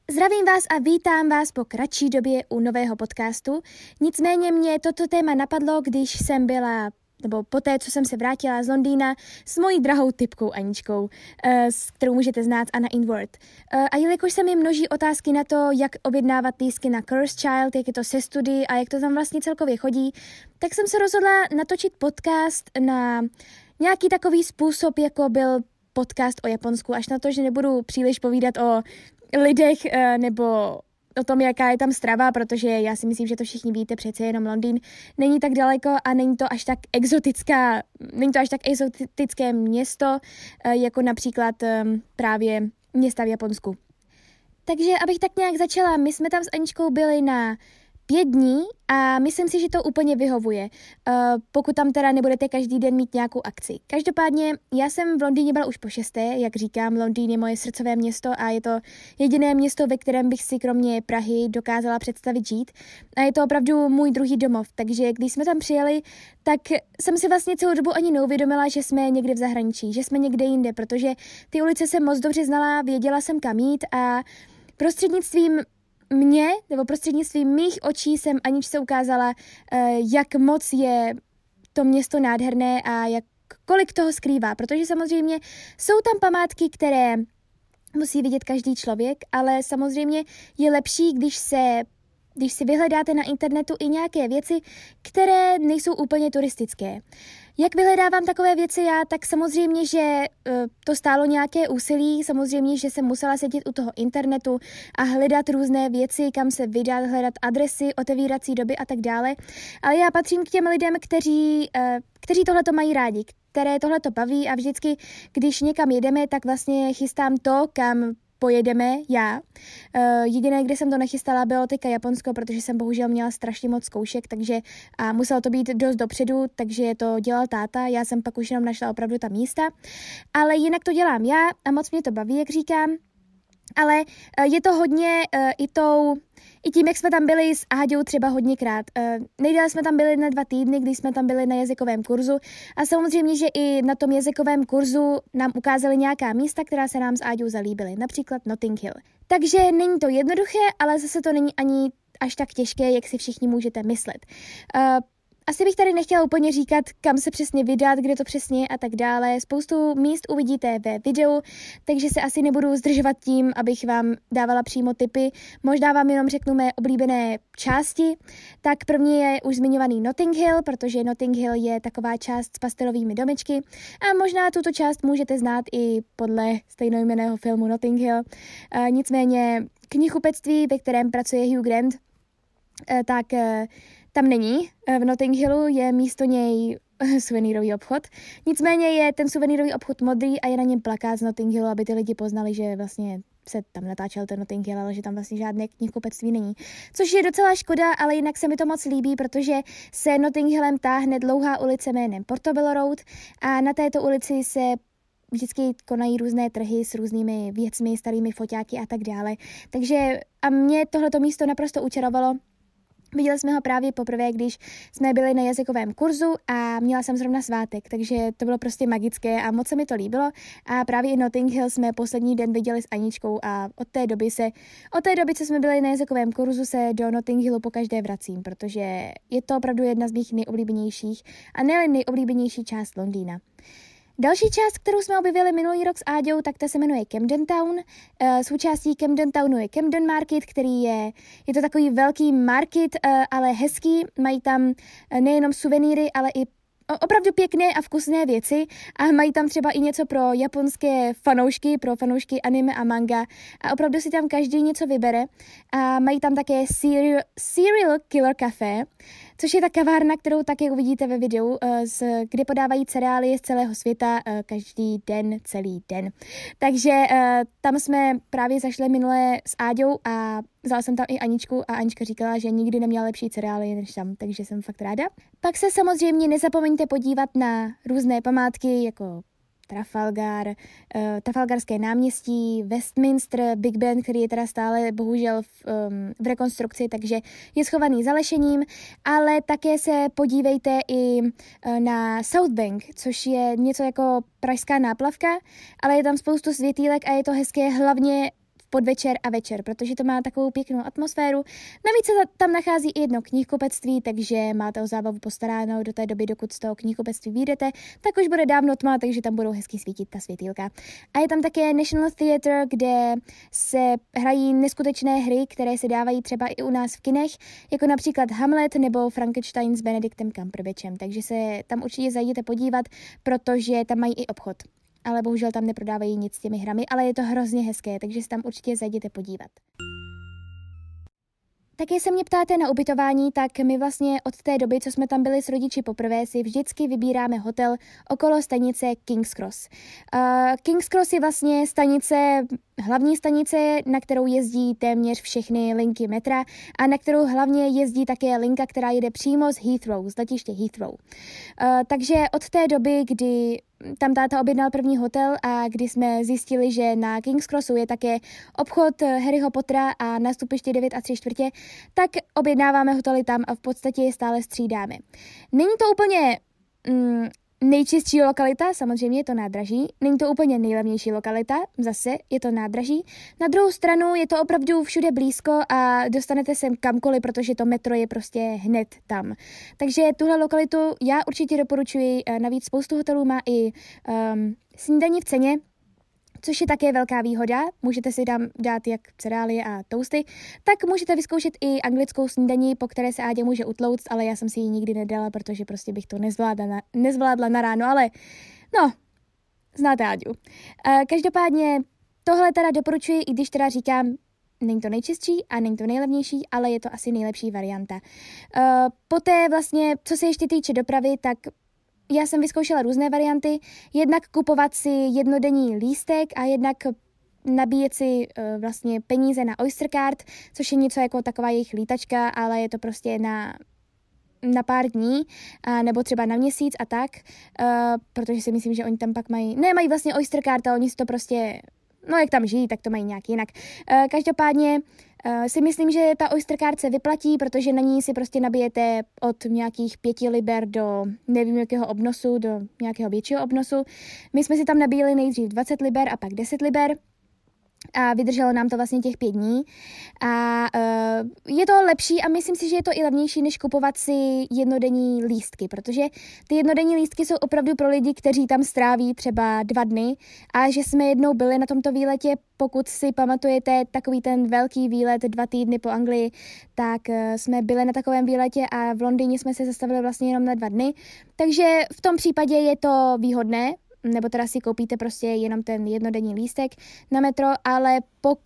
Zdravím vás a vítám vás po kratší době u nového podcastu. Nicméně mě toto téma napadlo, když jsem byla, nebo poté, co jsem se vrátila z Londýna s mojí drahou typkou Aničkou, s kterou můžete znát Anna Inward. A jelikož se mi množí otázky na to, jak objednávat lístky na Cursed Child, jak je to se study a jak to tam vlastně celkově chodí, tak jsem se rozhodla natočit podcast na nějaký takový způsob, jako byl podcast o Japonsku, až na to, že nebudu příliš povídat o lidech nebo o tom, jaká je tam strava, protože já si myslím, že to všichni víte, přece jenom Londýn není tak daleko a není to až tak exotické město, jako například právě města v Japonsku. Takže abych tak nějak začala, my jsme tam s Aničkou byli na 5 dní a myslím si, že to úplně vyhovuje, pokud tam teda nebudete každý den mít nějakou akci. Každopádně já jsem v Londýně byla už po 6. Jak říkám, Londýn je moje srdcové město a je to jediné město, ve kterém bych si kromě Prahy dokázala představit žít. A je to opravdu můj druhý domov, takže když jsme tam přijeli, tak jsem si vlastně celou dobu ani neuvědomila, že jsme někde v zahraničí, že jsme někde jinde, protože ty ulice jsem moc dobře znala, věděla jsem kam jít a prostřednictvím mých očí jsem Aničce ukázala, jak moc je to město nádherné a kolik toho skrývá, protože samozřejmě jsou tam památky, které musí vidět každý člověk, ale samozřejmě je lepší, když si vyhledáte na internetu i nějaké věci, které nejsou úplně turistické. Jak vyhledávám takové věci já, tak samozřejmě, že to stálo nějaké úsilí, samozřejmě, že jsem musela sedět u toho internetu a hledat různé věci, kam se vydat, hledat adresy, otevírací doby a tak dále. Ale já patřím k těm lidem, kteří tohleto mají rádi, které tohleto baví a vždycky, když někam jedeme, tak vlastně chystám to, kam pojedeme já. Jediné, kde jsem to nechystala, bylo teďka Japonsko, protože jsem bohužel měla strašně moc zkoušek, a muselo to být dost dopředu, takže to dělal táta, já jsem pak už jenom našla opravdu ta místa, ale jinak to dělám já a moc mě to baví, jak říkám, ale je to hodně i tím, jak jsme tam byli s Áďou třeba hodněkrát. Nejdéle jsme tam byli na 2 týdny, když jsme tam byli na jazykovém kurzu a samozřejmě, že i na tom jazykovém kurzu nám ukázali nějaká místa, která se nám s Áďou zalíbily, například Notting Hill. Takže není to jednoduché, ale zase to není ani až tak těžké, jak si všichni můžete myslet. Asi bych tady nechtěla úplně říkat, kam se přesně vydat, kde to přesně je a tak dále. Spoustu míst uvidíte ve videu, takže se asi nebudu zdržovat tím, abych vám dávala přímo tipy. Možná vám jenom řeknu mé oblíbené části. Tak první je už zmiňovaný Notting Hill, protože Notting Hill je taková část s pastelovými domečky a možná tuto část můžete znát i podle stejnojmenného filmu Notting Hill. Nicméně knihkupectví, ve kterém pracuje Hugh Grant, tak tam není. V Notting Hillu je místo něj suvenýrový obchod. Nicméně je ten suvenýrový obchod modrý a je na něm plakát z Notting Hillu, aby ty lidi poznali, že vlastně se tam natáčel ten Notting Hill, ale že tam vlastně žádné knihkupectví není. Což je docela škoda, ale jinak se mi to moc líbí, protože se Notting Hillem táhne dlouhá ulice jménem Portobello Road a na této ulici se vždycky konají různé trhy s různými věcmi, starými foťáky a tak dále. Takže a mě tohleto místo naprosto učarovalo. Viděli jsme ho právě poprvé, když jsme byli na jazykovém kurzu a měla jsem zrovna svátek, takže to bylo prostě magické a moc se mi to líbilo. A právě i Notting Hill jsme poslední den viděli s Aničkou a od té doby, co jsme byli na jazykovém kurzu, se do Notting Hillu pokaždé vracím, protože je to opravdu jedna z mých nejoblíbenějších a nejen nejoblíbenější část Londýna. Další část, kterou jsme objevili minulý rok s Áďou, tak ta se jmenuje Camden Town. Součástí Camden Townu je Camden Market, který je to takový velký market, ale hezký. Mají tam nejenom suvenýry, ale i opravdu pěkné a vkusné věci a mají tam třeba i něco pro japonské fanoušky, pro fanoušky anime a manga a opravdu si tam každý něco vybere a mají tam také Serial Killer Café, což je ta kavárna, kterou také uvidíte ve videu, kde podávají cereálie z celého světa každý den, celý den. Takže tam jsme právě zašli minule s Áďou a vzala jsem tam i Aničku a Anička říkala, že nikdy neměla lepší cereálie než tam, takže jsem fakt ráda. Pak se samozřejmě nezapomeňte podívat na různé památky, jako Trafalgarské náměstí, Westminster, Big Ben, který je teda stále bohužel v rekonstrukci, takže je schovaný za lešením, ale také se podívejte i na South Bank, což je něco jako pražská náplavka, ale je tam spoustu světýlek a je to hezké hlavně v podvečer a večer, protože to má takovou pěknou atmosféru. Navíc se tam nachází i jedno knihkupectví, takže máte o zábavu postaráno do té doby, dokud z toho knihkupectví vyjdete, tak už bude dávno tma, takže tam budou hezky svítit ta světýlka. A je tam také National Theatre, kde se hrají neskutečné hry, které se dávají třeba i u nás v kinech, jako například Hamlet nebo Frankenstein s Benedictem Cumberbatchem, takže se tam určitě zajděte podívat, protože tam mají i obchod. Ale bohužel tam neprodávají nic s těmi hrami, ale je to hrozně hezké, takže se tam určitě zajděte podívat. Také se mě ptáte na ubytování, tak my vlastně od té doby, co jsme tam byli s rodiči poprvé, si vždycky vybíráme hotel okolo stanice King's Cross. King's Cross je vlastně hlavní stanice, na kterou jezdí téměř všechny linky metra a na kterou hlavně jezdí také linka, která jede přímo z Heathrow, z letiště Heathrow. Takže od té doby, kdy tam táta objednal první hotel a kdy jsme zjistili, že na King's Crossu je také obchod Harryho Pottera a na stupišti 9 3/4, tak objednáváme hotely tam a v podstatě je stále střídáme. Není to úplně nejčistší lokalita, samozřejmě je to nádraží, není to úplně nejlevnější lokalita, zase je to nádraží. Na druhou stranu je to opravdu všude blízko a dostanete sem kamkoliv, protože to metro je prostě hned tam. Takže tuhle lokalitu já určitě doporučuji, navíc spoustu hotelů má i snídaní v ceně, což je také velká výhoda, můžete si tam dát jak cereálie a toasty, tak můžete vyzkoušet i anglickou snídaní, po které se Ádě může utlouct, ale já jsem si ji nikdy nedala, protože prostě bych to nezvládla na ráno, ale no, znáte Áďu. Každopádně tohle teda doporučuji, i když teda říkám, není to nejčistší a není to nejlevnější, ale je to asi nejlepší varianta. Poté vlastně, co se ještě týče dopravy, tak já jsem vyzkoušela různé varianty, jednak kupovat si jednodenní lístek a jednak nabíjet si vlastně peníze na Oyster Card, což je něco jako taková jejich lítačka, ale je to prostě na pár dní, nebo třeba na měsíc a tak, protože si myslím, že oni tam pak mají vlastně Oyster Card a oni si to prostě, no jak tam žijí, tak to mají nějak jinak. Každopádně si myslím, že ta Oyster Card se vyplatí, protože na ní si prostě nabijete od nějakých 5 liber do nevím jakého obnosu, do nějakého většího obnosu. My jsme si tam nabíjeli nejdřív 20 liber a pak 10 liber. A vydrželo nám to vlastně těch 5 dní. A je to lepší a myslím si, že je to i levnější, než kupovat si jednodenní lístky, protože ty jednodenní lístky jsou opravdu pro lidi, kteří tam stráví třeba 2 dny a že jsme jednou byli na tomto výletě, pokud si pamatujete takový ten velký výlet 2 týdny po Anglii, tak jsme byli na takovém výletě a v Londýně jsme se zastavili vlastně jenom na 2 dny, takže v tom případě je to výhodné, nebo teda si koupíte prostě jenom ten jednodenní lístek na metro, ale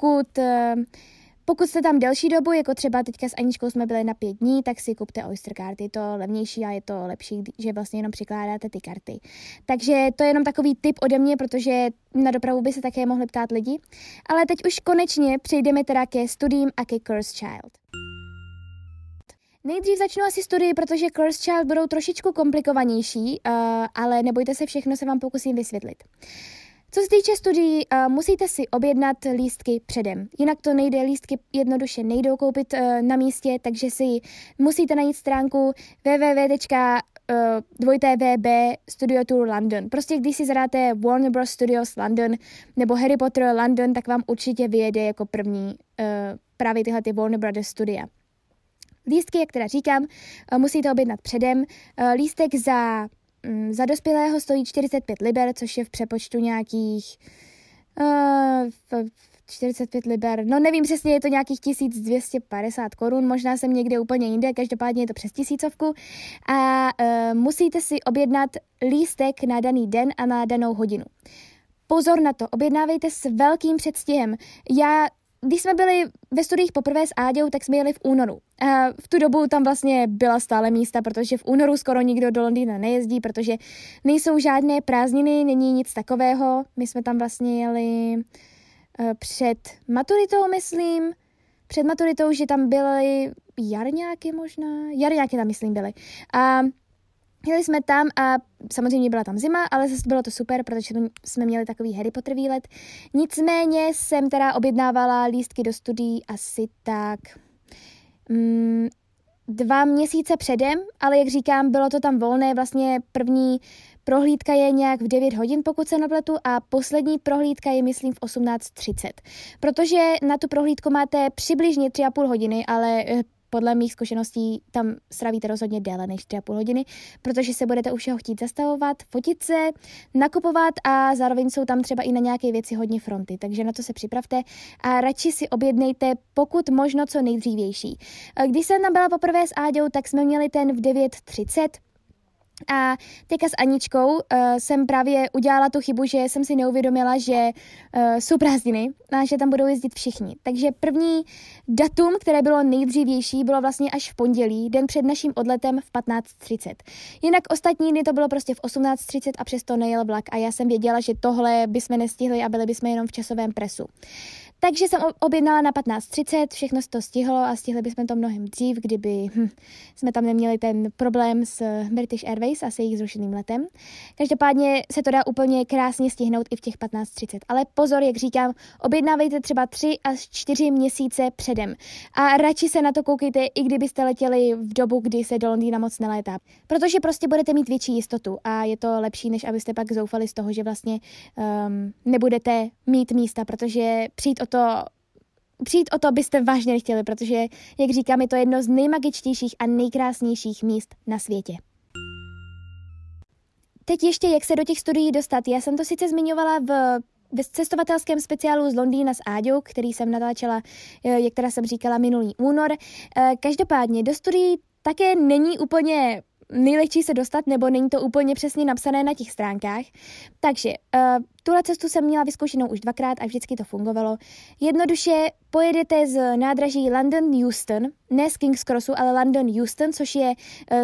pokud jste tam delší dobu, jako třeba teďka s Aničkou jsme byli na 5 dní, tak si kupte Oyster Card, je to levnější a je to lepší, že vlastně jenom přikládáte ty karty. Takže to je jenom takový tip ode mě, protože na dopravu by se také mohli ptát lidi. Ale teď už konečně přejdeme teda ke studiím a ke Cursed Child. Nejdřív začnu asi studii, protože Cursed Child budou trošičku komplikovanější, ale nebojte se, všechno se vám pokusím vysvětlit. Co se týče studií, musíte si objednat lístky předem. Jinak to nejde, lístky jednoduše nejdou koupit na místě, takže si musíte najít stránku www.2b Studio Tour London. Prostě když si zadáte Warner Bros. Studios London nebo Harry Potter London, tak vám určitě vyjede jako první právě tyhle ty Warner Brothers studia. Lístky, jak teda říkám, musíte objednat předem. Lístek za dospělého stojí 45 liber, což je v přepočtu nějakých 45 liber, no nevím přesně, je to nějakých 1250 korun, možná jsem někde úplně jinde, každopádně je to přes 1000 a musíte si objednat lístek na daný den a na danou hodinu. Pozor na to, objednávejte s velkým předstihem. Když jsme byli ve studiích poprvé s Áďou, tak jsme jeli v únoru. A v tu dobu tam vlastně byla stále místa, protože v únoru skoro nikdo do Londýna nejezdí, protože nejsou žádné prázdniny, není nic takového. My jsme tam vlastně jeli před maturitou, myslím. Před maturitou, že tam byly jarňáky možná. Jarňáky tam, myslím, byly. A jeli jsme tam a samozřejmě byla tam zima, ale zase bylo to super, protože jsme měli takový Harry Potter výlet. Nicméně jsem teda objednávala lístky do studií asi tak 2 měsíce předem, ale jak říkám, bylo to tam volné, vlastně prohlídka je nějak v 9 hodin, pokud se nepletu, a poslední prohlídka je, myslím, v 18:30. Protože na tu prohlídku máte přibližně 3,5 hodiny, ale podle mých zkušeností tam stravíte rozhodně déle než 3,5 hodiny, protože se budete u všeho chtít zastavovat, fotit se, nakupovat a zároveň jsou tam třeba i na nějaké věci hodně fronty, takže na to se připravte a radši si objednejte pokud možno co nejdřívější. Když jsem tam byla poprvé s Áďou, tak jsme měli ten v 9:30, a teďka s Aničkou jsem právě udělala tu chybu, že jsem si neuvědomila, že jsou prázdniny a že tam budou jezdit všichni. Takže první datum, které bylo nejdřívější, bylo vlastně až v pondělí, den před naším odletem v 15:30. Jinak ostatní dny to bylo prostě v 18:30 a přesto nejel vlak a já jsem věděla, že tohle bychom nestihli a byli bychom jenom v časovém presu. Takže jsem objednala na 15:30, všechno se to stihlo a stihli bychom to mnohem dřív, kdyby jsme tam neměli ten problém s British Airways a se jejich zrušeným letem. Každopádně se to dá úplně krásně stihnout i v těch 15:30. Ale pozor, jak říkám, objednávejte třeba 3 až 4 měsíce předem. A radši se na to koukejte, i kdybyste letěli v dobu, kdy se do Londýna moc nelétá. Protože prostě budete mít větší jistotu a je to lepší, než abyste pak zoufali z toho, že vlastně nebudete mít místa, protože přijít o to byste vážně nechtěli, protože, jak říkám, je to jedno z nejmagičtějších a nejkrásnějších míst na světě. Teď ještě, jak se do těch studií dostat. Já jsem to sice zmiňovala v cestovatelském speciálu z Londýna s Áďou, který jsem natáčela, jak teda jsem říkala, minulý únor. Každopádně do studií také není úplně nejlehčí se dostat, nebo není to úplně přesně napsané na těch stránkách. Takže tuhle cestu jsem měla vyzkoušenou už 2krát a vždycky to fungovalo. Jednoduše pojedete z nádraží London Euston, ne z King's Crossu, ale London Euston, což je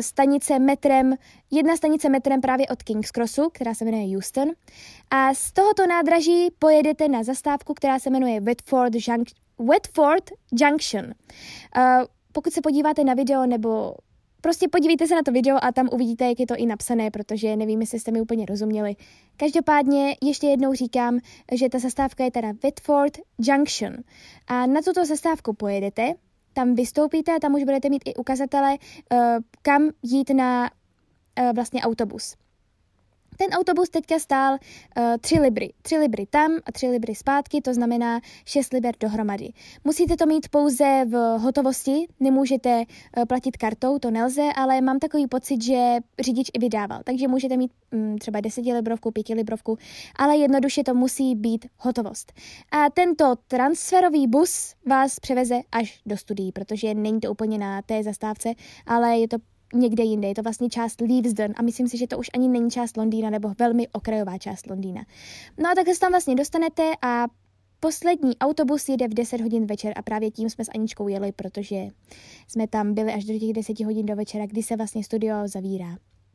jedna stanice metrem právě od King's Crossu, která se jmenuje Euston. A z tohoto nádraží pojedete na zastávku, která se jmenuje Watford Junction. Pokud se podíváte na video nebo prostě podívejte se na to video a tam uvidíte, jak je to i napsané, protože nevím, jestli jste mi úplně rozuměli. Každopádně ještě jednou říkám, že ta zastávka je teda Watford Junction. A na tuto zastávku pojedete, tam vystoupíte a tam už budete mít i ukazatele, kam jít na vlastně autobus. Ten autobus teďka stál 3 libry. 3 libry tam a 3 libry zpátky, to znamená 6 liber dohromady. Musíte to mít pouze v hotovosti, nemůžete platit kartou, to nelze, ale mám takový pocit, že řidič i vydával. Takže můžete mít třeba 10librovku, 5librovku, ale jednoduše to musí být hotovost. A tento transferový bus vás převeze až do studií, protože není to úplně na té zastávce, ale je to někde jinde. Je to vlastně část Leavesden a myslím si, že to už ani není část Londýna nebo velmi okrajová část Londýna. No a tak se tam vlastně dostanete a poslední autobus jede v 10 hodin večer a právě tím jsme s Aničkou jeli, protože jsme tam byli až do těch 10 hodin do večera, kdy se vlastně studio zavírá.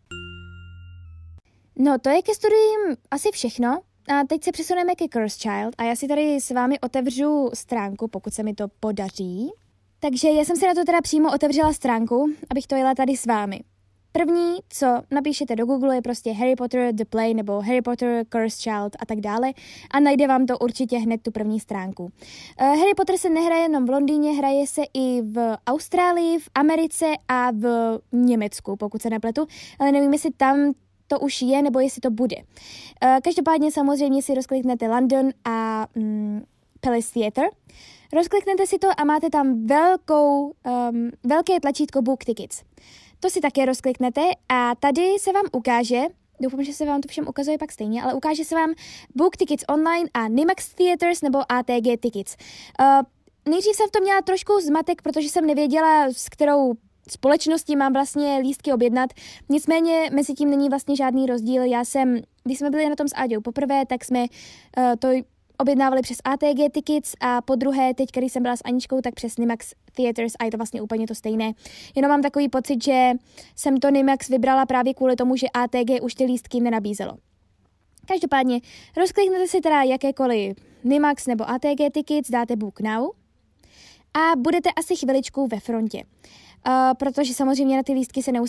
No to je ke studiím asi všechno. A teď se přesuneme ke Cursed Child a já si tady s vámi otevřu stránku, pokud se mi to podaří. Takže já jsem si na to teda přímo otevřela stránku, abych to jela tady s vámi. První, co napíšete do Google, je prostě Harry Potter The Play nebo Harry Potter Cursed Child a tak dále a najde vám to určitě hned tu první stránku. Harry Potter se nehraje jenom v Londýně, hraje se i v Austrálii, v Americe a v Německu, pokud se nepletu, ale nevím, jestli tam to už je, nebo jestli to bude. Každopádně samozřejmě si rozkliknete London a Palace Theatre. Rozkliknete si to a máte tam velké tlačítko Book Tickets. To si také rozkliknete a tady se vám ukáže, doufám, že se vám to všem ukazuje pak stejně, ale ukáže se vám Book Tickets Online a Nimax Theatres nebo ATG Tickets. Nejdřív jsem v tom měla trošku zmatek, protože jsem nevěděla, s kterou společností mám vlastně lístky objednat. Nicméně mezi tím není vlastně žádný rozdíl. Když jsme byli na tom s Áďou poprvé, tak jsme to objednávali přes ATG Tickets a po druhé, teď, když jsem byla s Aničkou, tak přes Nimax Theatres a je to vlastně úplně to stejné. Jenom mám takový pocit, že jsem to Nimax vybrala právě kvůli tomu, že ATG už ty lístky nenabízelo. Každopádně rozkliknete si teda jakékoliv Nimax nebo ATG Tickets, dáte Book Now a budete asi chviličku ve frontě. Protože samozřejmě na ty lístky se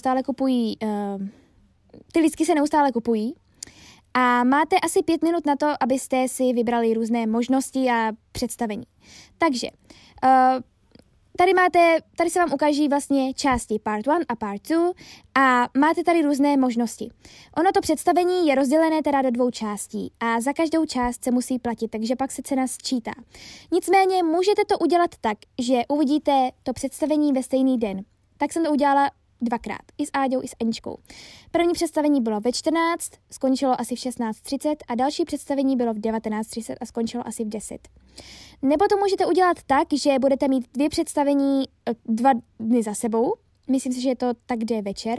neustále kupují. A máte asi 5 minut na to, abyste si vybrali různé možnosti a představení. Takže tady se vám ukáží vlastně části part 1 a part 2 a máte tady různé možnosti. Ono to představení je rozdělené teda do 2 částí a za každou část se musí platit, takže pak se cena sčítá. Nicméně můžete to udělat tak, že uvidíte to představení ve stejný den. Tak jsem to udělala 2krát, i s Áďou, i s Aničkou. První představení bylo ve 14, skončilo asi v 16:30 a další představení bylo v 19:30 a skončilo asi v 10. Nebo to můžete udělat tak, že budete mít 2 představení 2 dny za sebou. Myslím si, že to tak jde večer,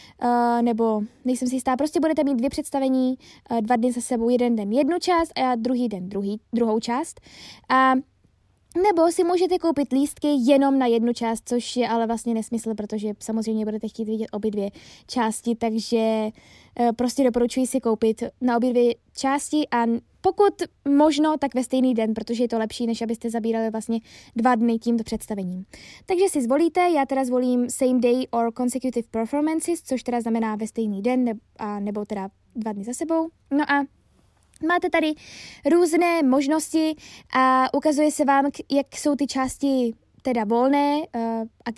nebo nejsem si jistá, prostě budete mít 2 představení 2 dny za sebou, jeden den jednu část a druhý den druhou část. A nebo si můžete koupit lístky jenom na jednu část, což je ale vlastně nesmysl, protože samozřejmě budete chtít vidět obě 2 části, takže prostě doporučuji si koupit na obě 2 části a pokud možno, tak ve stejný den, protože je to lepší, než abyste zabírali vlastně 2 dny tímto představením. Takže si zvolíte, já teda zvolím same day or consecutive performances, což teda znamená ve stejný den nebo teda 2 dny za sebou. No a máte tady různé možnosti a ukazuje se vám, jak jsou ty části teda volné a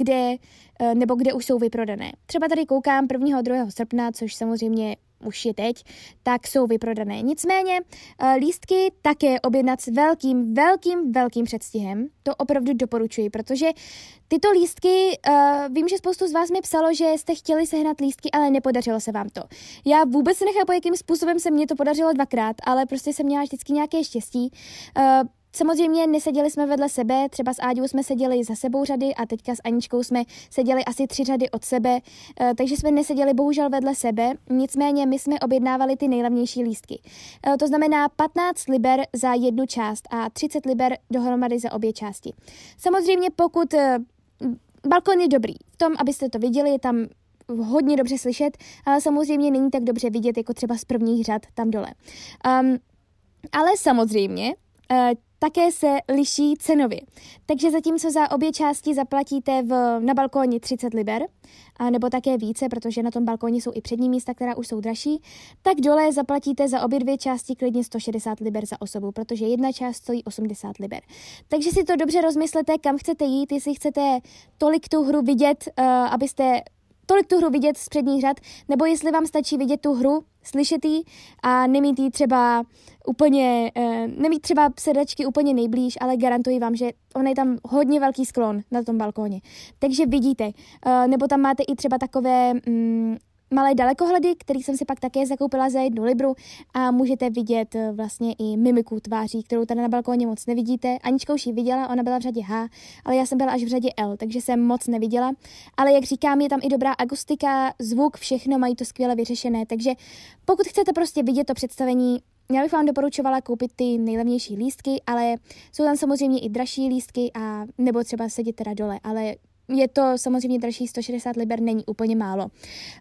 kde už jsou vyprodané. Třeba tady koukám 1. a 2. srpna, což samozřejmě už je teď, tak jsou vyprodané. Nicméně lístky také objednat s velkým předstihem. To opravdu doporučuji, protože tyto lístky, vím, že spoustu z vás mi psalo, že jste chtěli sehnat lístky, ale nepodařilo se vám to. Já vůbec nechápu, jakým způsobem se mně to podařilo 2krát, ale prostě jsem měla vždycky nějaké štěstí. Samozřejmě neseděli jsme vedle sebe, třeba s Áďou jsme seděli za sebou řady a teďka s Aničkou jsme seděli asi 3 řady od sebe, takže jsme neseděli bohužel vedle sebe, nicméně my jsme objednávali ty nejlevnější lístky. To znamená 15 liber za jednu část a 30 liber dohromady za obě části. Samozřejmě pokud balkon je dobrý, v tom, abyste to viděli, je tam hodně dobře slyšet, ale samozřejmě není tak dobře vidět, jako třeba z prvních řad tam dole. Ale samozřejmě také se liší cenově. Takže zatímco za obě části zaplatíte na balkóně 30 liber, nebo také více, protože na tom balkóně jsou i přední místa, která už jsou dražší, tak dole zaplatíte za obě 2 části klidně 160 liber za osobu, protože jedna část stojí 80 liber. Takže si to dobře rozmyslete, kam chcete jít, jestli chcete tolik tu hru vidět, z předních řad, nebo jestli vám stačí vidět tu hru, slyšet ji a nemít třeba sedačky úplně nejblíž, ale garantuji vám, že on je tam hodně velký sklon na tom balkóně. Takže vidíte, nebo tam máte i třeba takové malé dalekohledy, který jsem si pak také zakoupila za 1 libru a můžete vidět vlastně i mimiku tváří, kterou tady na balkóně moc nevidíte. Anička už ji viděla, ona byla v řadě H, ale já jsem byla až v řadě L, takže jsem moc neviděla. Ale jak říkám, je tam i dobrá akustika, zvuk, všechno, mají to skvěle vyřešené, takže pokud chcete prostě vidět to představení, já bych vám doporučovala koupit ty nejlevnější lístky, ale jsou tam samozřejmě i dražší lístky a nebo třeba sedět teda dole, ale je to samozřejmě dražší, 160 liber není úplně málo.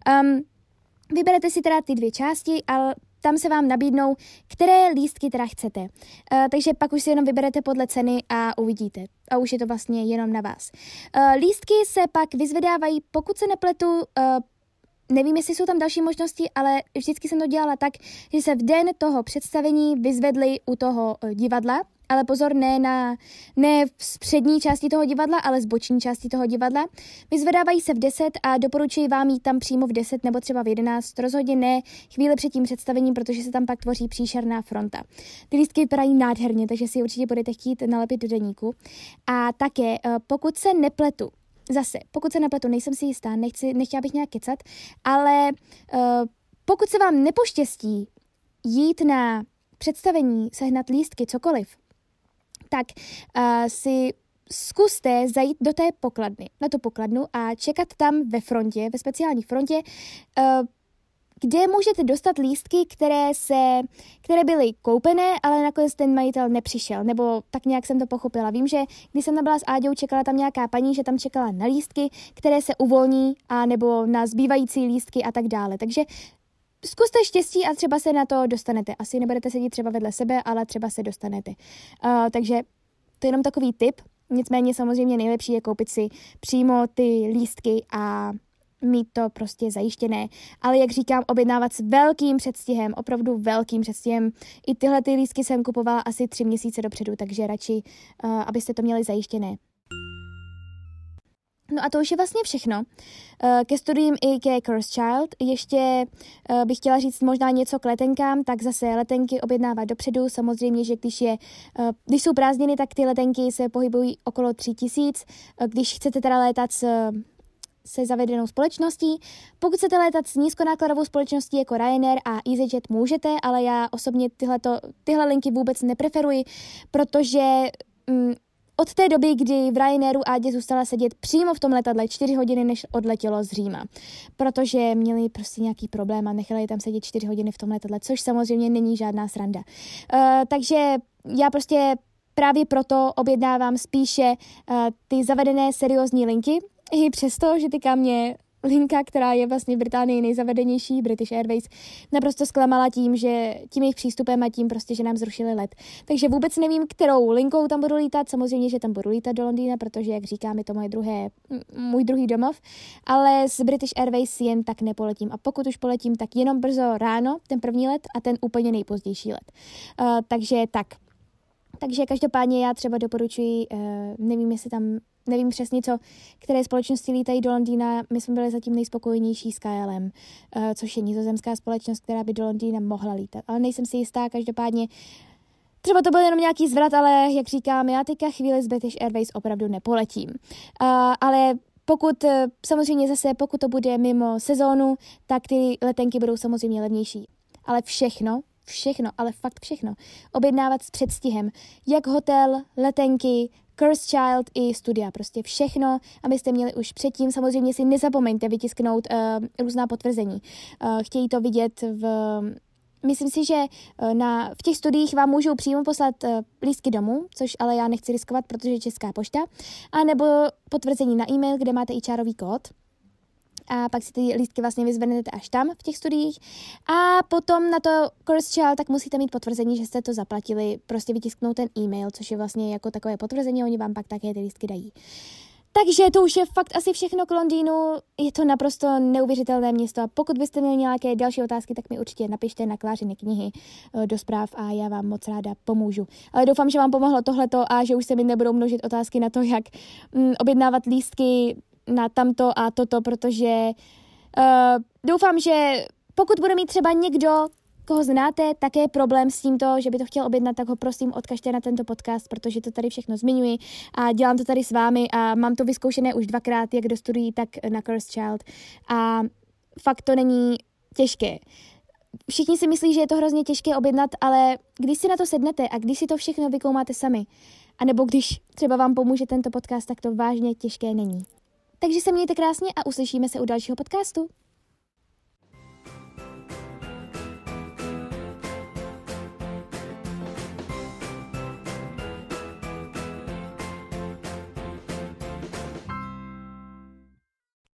Vyberete si teda ty 2 části, ale tam se vám nabídnou, které lístky teda chcete. Takže pak už si jenom vyberete podle ceny a uvidíte. A už je to vlastně jenom na vás. Lístky se pak vyzvedávají, pokud se nepletu, nevím, jestli jsou tam další možnosti, ale vždycky jsem to dělala tak, že se v den toho představení vyzvedly u toho divadla, ale pozor, ne z přední části toho divadla, ale z boční části toho divadla. Vyzvedávají se v 10 a doporučuji vám jít tam přímo v 10 nebo třeba v 11, rozhodně ne chvíli před tím představením, protože se tam pak tvoří příšerná fronta. Ty lístky vypadají nádherně, takže si určitě budete chtít nalepit do deníku. A také, pokud se nepletu, nejsem si jistá, nechtěla bych nějak kecat, ale pokud se vám nepoštěstí jít na představení, sehnat lístky, cokoliv, tak si zkuste zajít do té pokladny, na tu pokladnu a čekat tam ve speciální frontě, kde můžete dostat lístky, které byly koupené, ale nakonec ten majitel nepřišel, nebo tak nějak jsem to pochopila. Vím, že když jsem tam byla s Áďou, čekala tam nějaká paní, že tam čekala na lístky, které se uvolní, a nebo na zbývající lístky a tak dále. Takže zkuste štěstí a třeba se na to dostanete. Asi nebudete sedět třeba vedle sebe, ale třeba se dostanete. Takže to je jenom takový tip. Nicméně samozřejmě nejlepší je koupit si přímo ty lístky a mít to prostě zajištěné. Ale jak říkám, objednávat s velkým předstihem, opravdu velkým předstihem. I tyhle ty lístky jsem kupovala asi 3 měsíce dopředu, takže radši, abyste to měli zajištěné. No a to už je vlastně všechno. Ke studiím i ke Cursed Child. Ještě bych chtěla říct možná něco k letenkám, tak zase letenky objednávat dopředu. Samozřejmě, že když jsou prázdniny, tak ty letenky se pohybují okolo 3000. Když chcete teda létat se zavedenou společností. Pokud chcete létat s nízkonákladovou společností jako Ryanair a EasyJet můžete, ale já osobně tyhle linky vůbec nepreferuji, protože od té doby, kdy v Ryanairu Ádě zůstala sedět přímo v tom letadle 4 hodiny, než odletělo z Říma. Protože měli prostě nějaký problém a nechali je tam sedět 4 hodiny v tom letadle, což samozřejmě není žádná sranda. Takže já prostě právě proto objednávám spíše ty zavedené seriózní linky, i přesto, že tyká mě linka, která je vlastně v Británii nejzavedenější, British Airways, naprosto zklamala tím jejich přístupem a tím prostě, že nám zrušili let. Takže vůbec nevím, kterou linkou tam budu lítat. Samozřejmě, že tam budu lítat do Londýna, protože, jak říkám, je to můj druhý domov, ale s British Airways jen tak nepoletím. A pokud už poletím, tak jenom brzo ráno, ten první let a ten úplně nejpozdější let. Takže každopádně já třeba doporučuji, nevím přesně které společnosti lítají do Londýna. My jsme byli zatím nejspokojenější s KLM, což je nizozemská společnost, která by do Londýna mohla lítat. Ale nejsem si jistá, každopádně třeba to byl jenom nějaký zvrat, ale jak říkám, já teďka chvíli z British Airways opravdu nepoletím. Ale pokud to bude mimo sezónu, tak ty letenky budou samozřejmě levnější. Ale všechno, ale fakt všechno. Objednávat s předstihem. Jak hotel, letenky, Cursed Child i studia. Prostě všechno, abyste měli už předtím. Samozřejmě si nezapomeňte vytisknout různá potvrzení. Chtějí to vidět Myslím si, že v těch studiích vám můžou přímo poslat lístky domů, což ale já nechci riskovat, protože je Česká pošta, a nebo potvrzení na e-mail, kde máte i čárový kód. A pak si ty lístky vlastně vyzvednete až tam v těch studiích. A potom na to Cursed Child tak musíte mít potvrzení, že jste to zaplatili, prostě vytisknout ten e-mail, což je vlastně jako takové potvrzení, oni vám pak také ty lístky dají. Takže to už je fakt asi všechno k Londýnu, je to naprosto neuvěřitelné město a pokud byste měli nějaké další otázky, tak mi určitě napište na Klářiny knihy do zpráv a já vám moc ráda pomůžu. Ale doufám, že vám pomohlo tohleto a že už se mi nebudou množit otázky na to, jak objednávat lístky na tamto a toto, protože doufám, že pokud bude mít třeba někdo, koho znáte, také problém s tímto, že by to chtěl objednat, tak ho prosím odkažte na tento podcast, protože to tady všechno zmiňuji a dělám to tady s vámi a mám to vyzkoušené už 2krát, jak do studií, tak na Cursed Child a fakt to není těžké. Všichni si myslí, že je to hrozně těžké objednat, ale když si na to sednete a když si to všechno vykoumáte sami, anebo když třeba vám pomůže tento podcast, tak to vážně těžké není. Takže se mějte krásně a uslyšíme se u dalšího podcastu.